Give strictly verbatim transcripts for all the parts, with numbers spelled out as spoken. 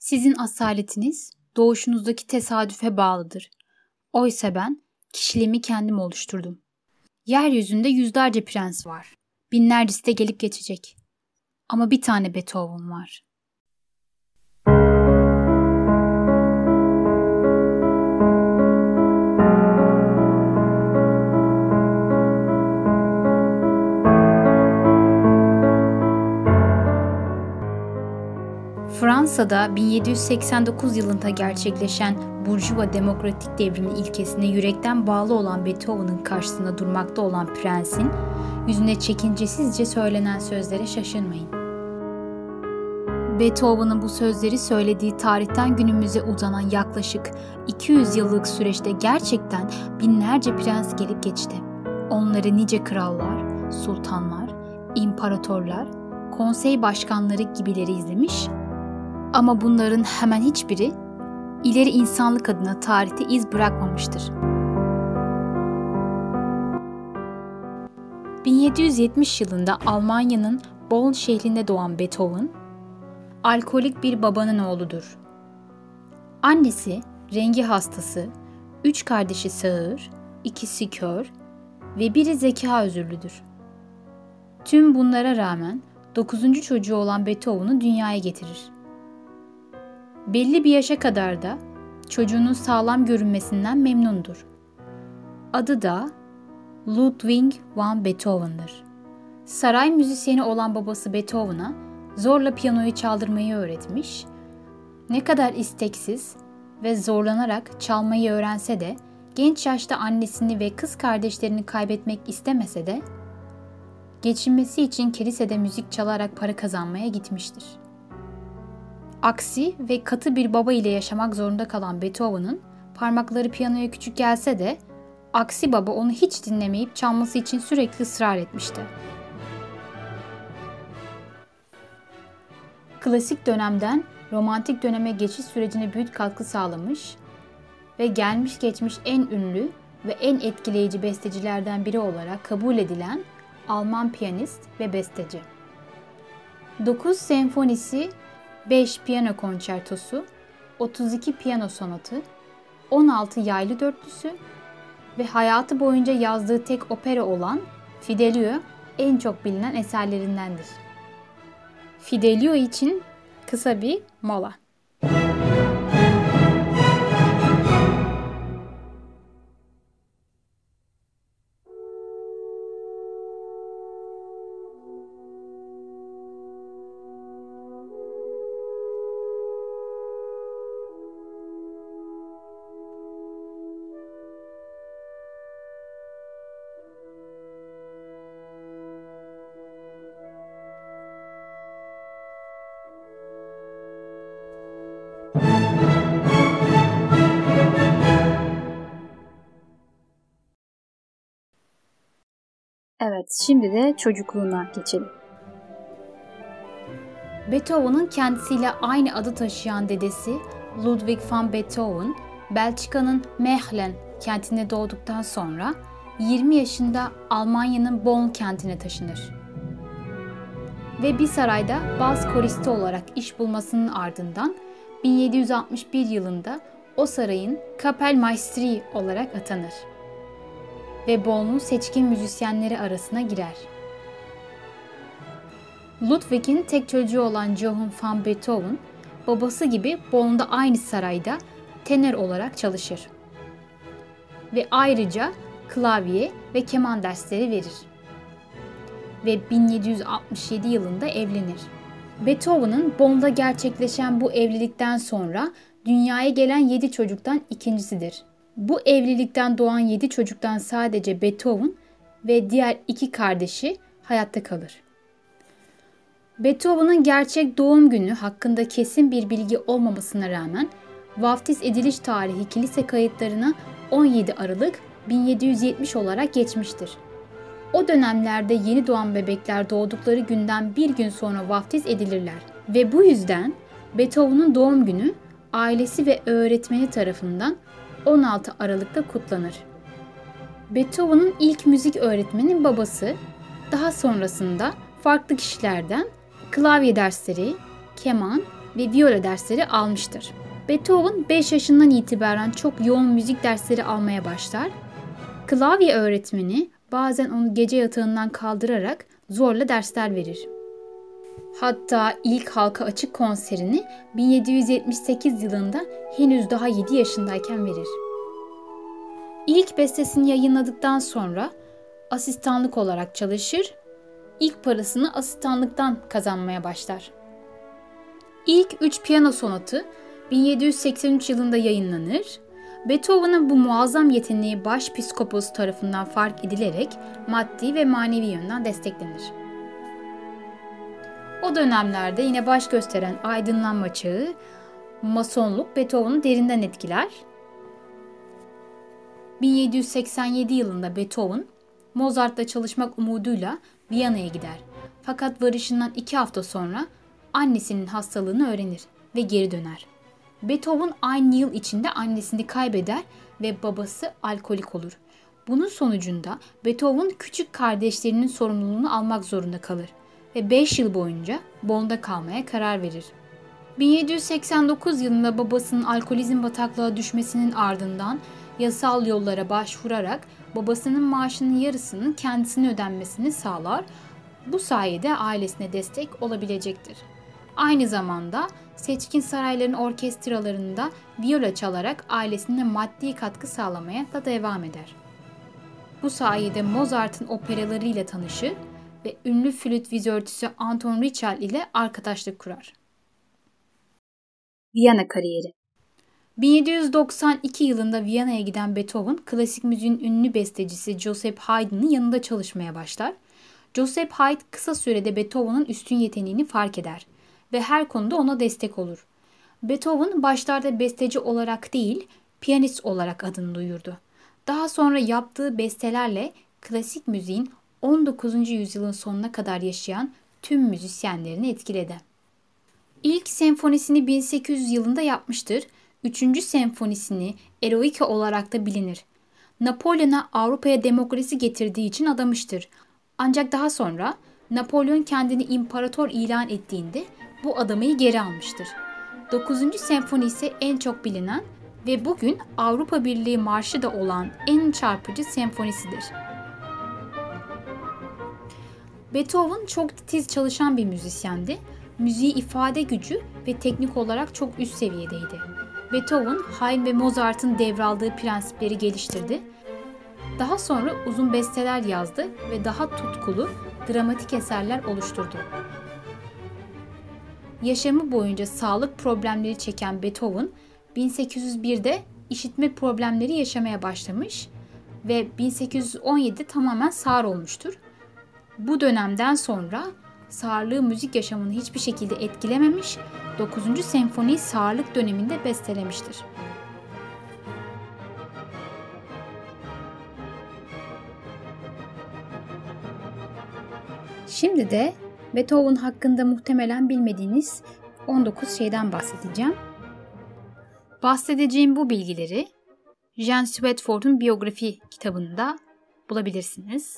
Sizin asaletiniz doğuşunuzdaki tesadüfe bağlıdır. Oysa ben kişiliğimi kendim oluşturdum. Yeryüzünde yüzlerce prens var. Binlercesi de gelip geçecek. Ama bir tane Beethoven var. Fransa'da bin yedi yüz seksen dokuz yılında gerçekleşen Burjuva Demokratik Devrimin ilkesine yürekten bağlı olan Beethoven'ın karşısında durmakta olan prensin yüzüne çekincesizce söylenen sözlere şaşırmayın. Beethoven'ın bu sözleri söylediği tarihten günümüze uzanan yaklaşık iki yüz yıllık süreçte gerçekten binlerce prens gelip geçti. Onları nice krallar, sultanlar, imparatorlar, konsey başkanları gibileri izlemiş. Ama bunların hemen hiçbiri ileri insanlık adına tarihte iz bırakmamıştır. bin yedi yüz yetmiş yılında Almanya'nın Bonn şehrinde doğan Beethoven, alkolik bir babanın oğludur. Annesi rengi hastası, üç kardeşi sağır, ikisi kör ve biri zeka özürlüdür. Tüm bunlara rağmen dokuzuncu çocuğu olan Beethoven'ı dünyaya getirir. Belli bir yaşa kadar da çocuğunun sağlam görünmesinden memnundur. Adı da Ludwig van Beethoven'dır. Saray müzisyeni olan babası Beethoven'a zorla piyanoyu çaldırmayı öğretmiş. Ne kadar isteksiz ve zorlanarak çalmayı öğrense de genç yaşta annesini ve kız kardeşlerini kaybetmek istemese de geçinmesi için kilisede müzik çalarak para kazanmaya gitmiştir. Aksi ve katı bir baba ile yaşamak zorunda kalan Beethoven'ın parmakları piyanoya küçük gelse de aksi baba onu hiç dinlemeyip çalması için sürekli ısrar etmişti. Klasik dönemden romantik döneme geçiş sürecine büyük katkı sağlamış ve gelmiş geçmiş en ünlü ve en etkileyici bestecilerden biri olarak kabul edilen Alman piyanist ve besteci. dokuz senfonisi, beş piyano konçertosu, otuz iki piyano sonatı, on altı yaylı dörtlüsü ve hayatı boyunca yazdığı tek opera olan Fidelio en çok bilinen eserlerindendir. Fidelio için kısa bir mola. Evet, şimdi de çocukluğuna geçelim. Beethoven'ın kendisiyle aynı adı taşıyan dedesi Ludwig van Beethoven, Belçika'nın Mechelen kentinde doğduktan sonra yirmi yaşında Almanya'nın Bonn kentine taşınır. Ve bir sarayda baz koristi olarak iş bulmasının ardından bin yedi yüz altmış bir yılında o sarayın Kapellmeisteri olarak atanır ve Bonn'un seçkin müzisyenleri arasına girer. Ludwig'in tek çocuğu olan Johann van Beethoven, babası gibi Bonn'da aynı sarayda tenor olarak çalışır ve ayrıca klavye ve keman dersleri verir ve bin yedi yüz altmış yedi yılında evlenir. Beethoven'ın Bonn'da gerçekleşen bu evlilikten sonra dünyaya gelen yedi çocuktan ikincisidir. Bu evlilikten doğan yedi çocuktan sadece Beethoven ve diğer iki kardeşi hayatta kalır. Beethoven'ın gerçek doğum günü hakkında kesin bir bilgi olmamasına rağmen vaftiz ediliş tarihi kilise kayıtlarına on yedi Aralık bin yedi yüz yetmiş olarak geçmiştir. O dönemlerde yeni doğan bebekler doğdukları günden bir gün sonra vaftiz edilirler ve bu yüzden Beethoven'ın doğum günü ailesi ve öğretmeni tarafından on altı Aralık'ta kutlanır. Beethoven'ın ilk müzik öğretmeni babası, daha sonrasında farklı kişilerden klavye dersleri, keman ve viola dersleri almıştır. Beethoven beş yaşından itibaren çok yoğun müzik dersleri almaya başlar. Klavye öğretmeni bazen onu gece yatağından kaldırarak zorla dersler verir. Hatta ilk halka açık konserini bin yedi yüz yetmiş sekiz yılında henüz daha yedi yaşındayken verir. İlk bestesini yayınladıktan sonra asistanlık olarak çalışır, ilk parasını asistanlıktan kazanmaya başlar. İlk üç piyano sonatı bin yedi yüz seksen üç yılında yayınlanır. Beethoven'ın bu muazzam yeteneği başpiskopos tarafından fark edilerek maddi ve manevi yönden desteklenir. O dönemlerde yine baş gösteren aydınlanma çağı, Masonluk Beethoven'ı derinden etkiler. bin yedi yüz seksen yedi yılında Beethoven, Mozart'la çalışmak umuduyla Viyana'ya gider. Fakat varışından iki hafta sonra annesinin hastalığını öğrenir ve geri döner. Beethoven aynı yıl içinde annesini kaybeder ve babası alkolik olur. Bunun sonucunda Beethoven küçük kardeşlerinin sorumluluğunu almak zorunda kalır ve beş yıl boyunca Bonn'da kalmaya karar verir. bin yedi yüz seksen dokuz yılında babasının alkolizm bataklığına düşmesinin ardından yasal yollara başvurarak babasının maaşının yarısının kendisine ödenmesini sağlar. Bu sayede ailesine destek olabilecektir. Aynı zamanda seçkin sarayların orkestralarında viola çalarak ailesine maddi katkı sağlamaya da devam eder. Bu sayede Mozart'ın operalarıyla tanışır ve ünlü flüt vizörtüsü Anton Richel ile arkadaşlık kurar. Viyana kariyeri. bin yedi yüz doksan iki yılında Viyana'ya giden Beethoven, klasik müziğin ünlü bestecisi Joseph Haydn'ın yanında çalışmaya başlar. Joseph Haydn kısa sürede Beethoven'ın üstün yeteneğini fark eder ve her konuda ona destek olur. Beethoven başlarda besteci olarak değil, piyanist olarak adını duyurdu. Daha sonra yaptığı bestelerle klasik müziğin on dokuzuncu yüzyılın sonuna kadar yaşayan tüm müzisyenlerini etkiledi. İlk senfonisini bin sekiz yüz yılında yapmıştır. Üçüncü senfonisini Eroica olarak da bilinir. Napolyon'a Avrupa'ya demokrasi getirdiği için adamıştır. Ancak daha sonra Napolyon kendini imparator ilan ettiğinde bu adamayı geri almıştır. Dokuzuncu senfoni ise en çok bilinen ve bugün Avrupa Birliği marşı da olan en çarpıcı senfonisidir. Beethoven çok titiz çalışan bir müzisyendi. Müziği ifade gücü ve teknik olarak çok üst seviyedeydi. Beethoven, Haydn ve Mozart'ın devraldığı prensipleri geliştirdi. Daha sonra uzun besteler yazdı ve daha tutkulu, dramatik eserler oluşturdu. Yaşamı boyunca sağlık problemleri çeken Beethoven, bin sekiz yüz birde işitme problemleri yaşamaya başlamış ve bin sekiz yüz on yedide tamamen sağır olmuştur. Bu dönemden sonra sağırlığı müzik yaşamını hiçbir şekilde etkilememiş, dokuzuncu senfoniyi sağırlık döneminde bestelemiştir. Şimdi de Beethoven hakkında muhtemelen bilmediğiniz on dokuz şeyden bahsedeceğim. Bahsedeceğim bu bilgileri Jean Sweetford'un biyografi kitabında bulabilirsiniz.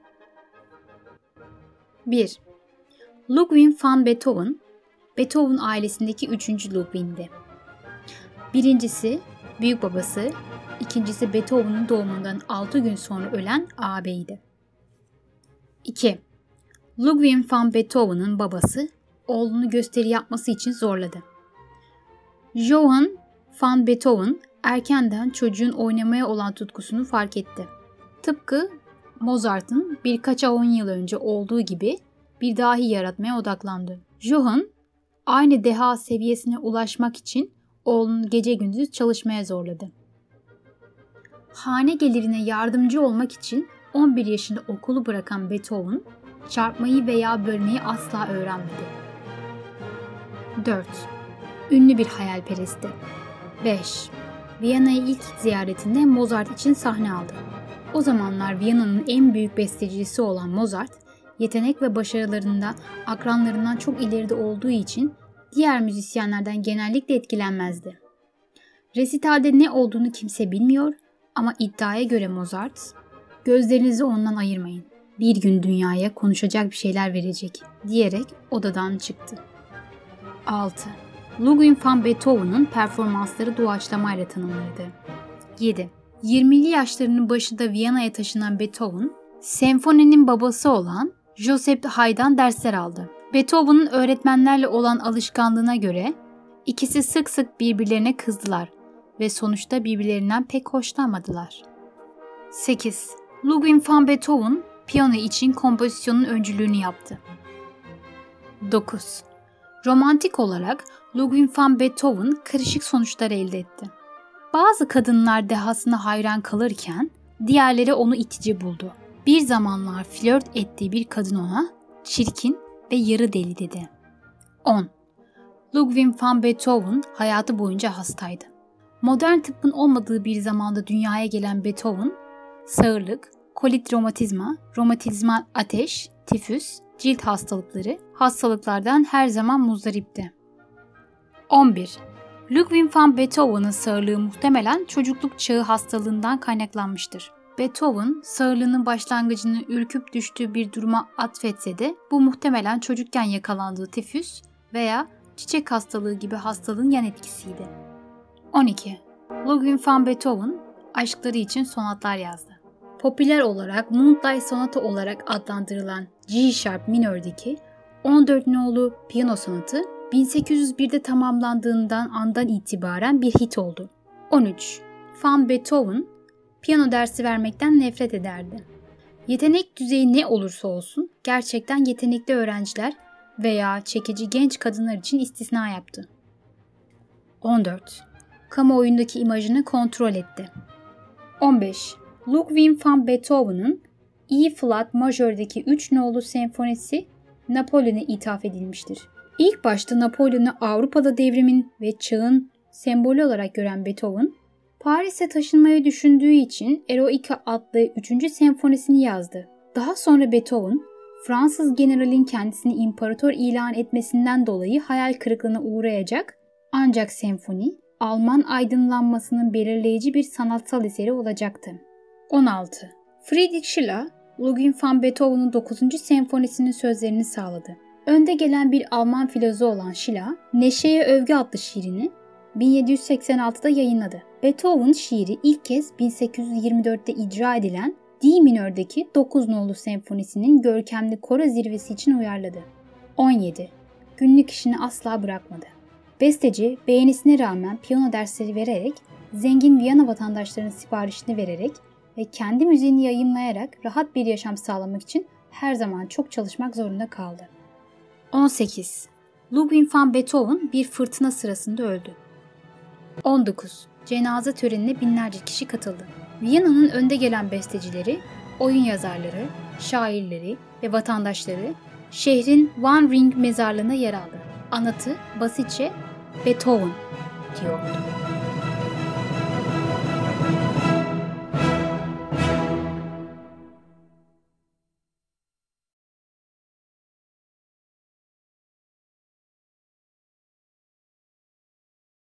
bir. Ludwig van Beethoven, Beethoven ailesindeki üçüncü Ludwig'di. Birincisi büyük babası, ikincisi Beethoven'ın doğumundan altı gün sonra ölen ağabeydi. iki. Ludwig van Beethoven'ın babası oğlunu gösteri yapması için zorladı. Johann van Beethoven erkenden çocuğun oynamaya olan tutkusunu fark etti. Tıpkı Mozart'ın birkaç on yıl önce olduğu gibi bir dahi yaratmaya odaklandı. Johann aynı deha seviyesine ulaşmak için oğlunu gece gündüz çalışmaya zorladı. Hane gelirine yardımcı olmak için on bir yaşında okulu bırakan Beethoven, çarpmayı veya bölmeyi asla öğrenmedi. dört. Ünlü bir hayalperestti. beş. Viyana'ya ilk ziyaretinde Mozart için sahne aldı. O zamanlar Viyana'nın en büyük bestecisi olan Mozart, yetenek ve başarılarında akranlarından çok ileride olduğu için diğer müzisyenlerden genellikle etkilenmezdi. Resitalde ne olduğunu kimse bilmiyor ama iddiaya göre Mozart, "Gözlerinizi ondan ayırmayın, bir gün dünyaya konuşacak bir şeyler verecek" diyerek odadan çıktı. altı. Ludwig van Beethoven'ın performansları doğaçlamayla tanınırdı. yedi. yirmili yaşlarının başında Viyana'ya taşınan Beethoven, senfoninin babası olan Joseph Haydn'dan dersler aldı. Beethoven'ın öğretmenlerle olan alışkanlığına göre ikisi sık sık birbirlerine kızdılar ve sonuçta birbirlerinden pek hoşlanmadılar. sekiz. Ludwig van Beethoven piyano için kompozisyonun öncülüğünü yaptı. dokuz. Romantik olarak Ludwig van Beethoven karışık sonuçlar elde etti. Bazı kadınlar dehasına hayran kalırken diğerleri onu itici buldu. Bir zamanlar flört ettiği bir kadın ona çirkin ve yarı deli dedi. on. Ludwig van Beethoven hayatı boyunca hastaydı. Modern tıbbın olmadığı bir zamanda dünyaya gelen Beethoven, sağırlık, kolit romatizma, romatizmal ateş, tifüs, cilt hastalıkları, hastalıklardan her zaman muzdaripti. on bir. Ludwig van Beethoven'ın sağırlığı muhtemelen çocukluk çağı hastalığından kaynaklanmıştır. Beethoven, sağırlığının başlangıcını ürküp düştüğü bir duruma atfetse de bu muhtemelen çocukken yakalandığı tifüs veya çiçek hastalığı gibi hastalığın yan etkisiydi. on iki. Ludwig van Beethoven, aşkları için sonatlar yazdı. Popüler olarak Moonlight Sonata olarak adlandırılan G-sharp minördeki on dört nolu piyano sonatı bin sekiz yüz birde tamamlandığından andan itibaren bir hit oldu. on üç. Van Beethoven, piyano dersi vermekten nefret ederdi. Yetenek düzeyi ne olursa olsun gerçekten yetenekli öğrenciler veya çekici genç kadınlar için istisna yaptı. on dört. Kamuoyundaki imajını kontrol etti. on beş. Ludwig van Beethoven'ın E-flat majördeki üç nolu senfonisi Napolyon'a ithaf edilmiştir. İlk başta Napolyon'u Avrupa'da devrimin ve çağın sembolü olarak gören Beethoven, Paris'e taşınmayı düşündüğü için Eroica adlı üçüncü senfonisini yazdı. Daha sonra Beethoven, Fransız generalin kendisini imparator ilan etmesinden dolayı hayal kırıklığına uğrayacak, ancak senfoni, Alman aydınlanmasının belirleyici bir sanatsal eseri olacaktı. on altı. Friedrich Schiller, Ludwig van Beethoven'ın dokuzuncu senfonisinin sözlerini sağladı. Önde gelen bir Alman filozofu olan Schiller, Neşeye Övgü adlı şiirini bin yedi yüz seksen altıda yayınladı. Beethoven şiiri ilk kez bin sekiz yüz yirmi dörtte icra edilen D minördeki dokuz nolu senfonisinin görkemli koro zirvesi için uyarladı. on yedi. Günlük işini asla bırakmadı. Besteci beğenisine rağmen piyano dersleri vererek, zengin Viyana vatandaşlarının siparişini vererek ve kendi müziğini yayınlayarak rahat bir yaşam sağlamak için her zaman çok çalışmak zorunda kaldı. on sekiz. Ludwig van Beethoven bir fırtına sırasında öldü. on dokuz. Cenaze törenine binlerce kişi katıldı. Viyana'nın önde gelen bestecileri, oyun yazarları, şairleri ve vatandaşları şehrin One Ring mezarlığına yer aldı. Anıtı basitçe Beethoven diyordu.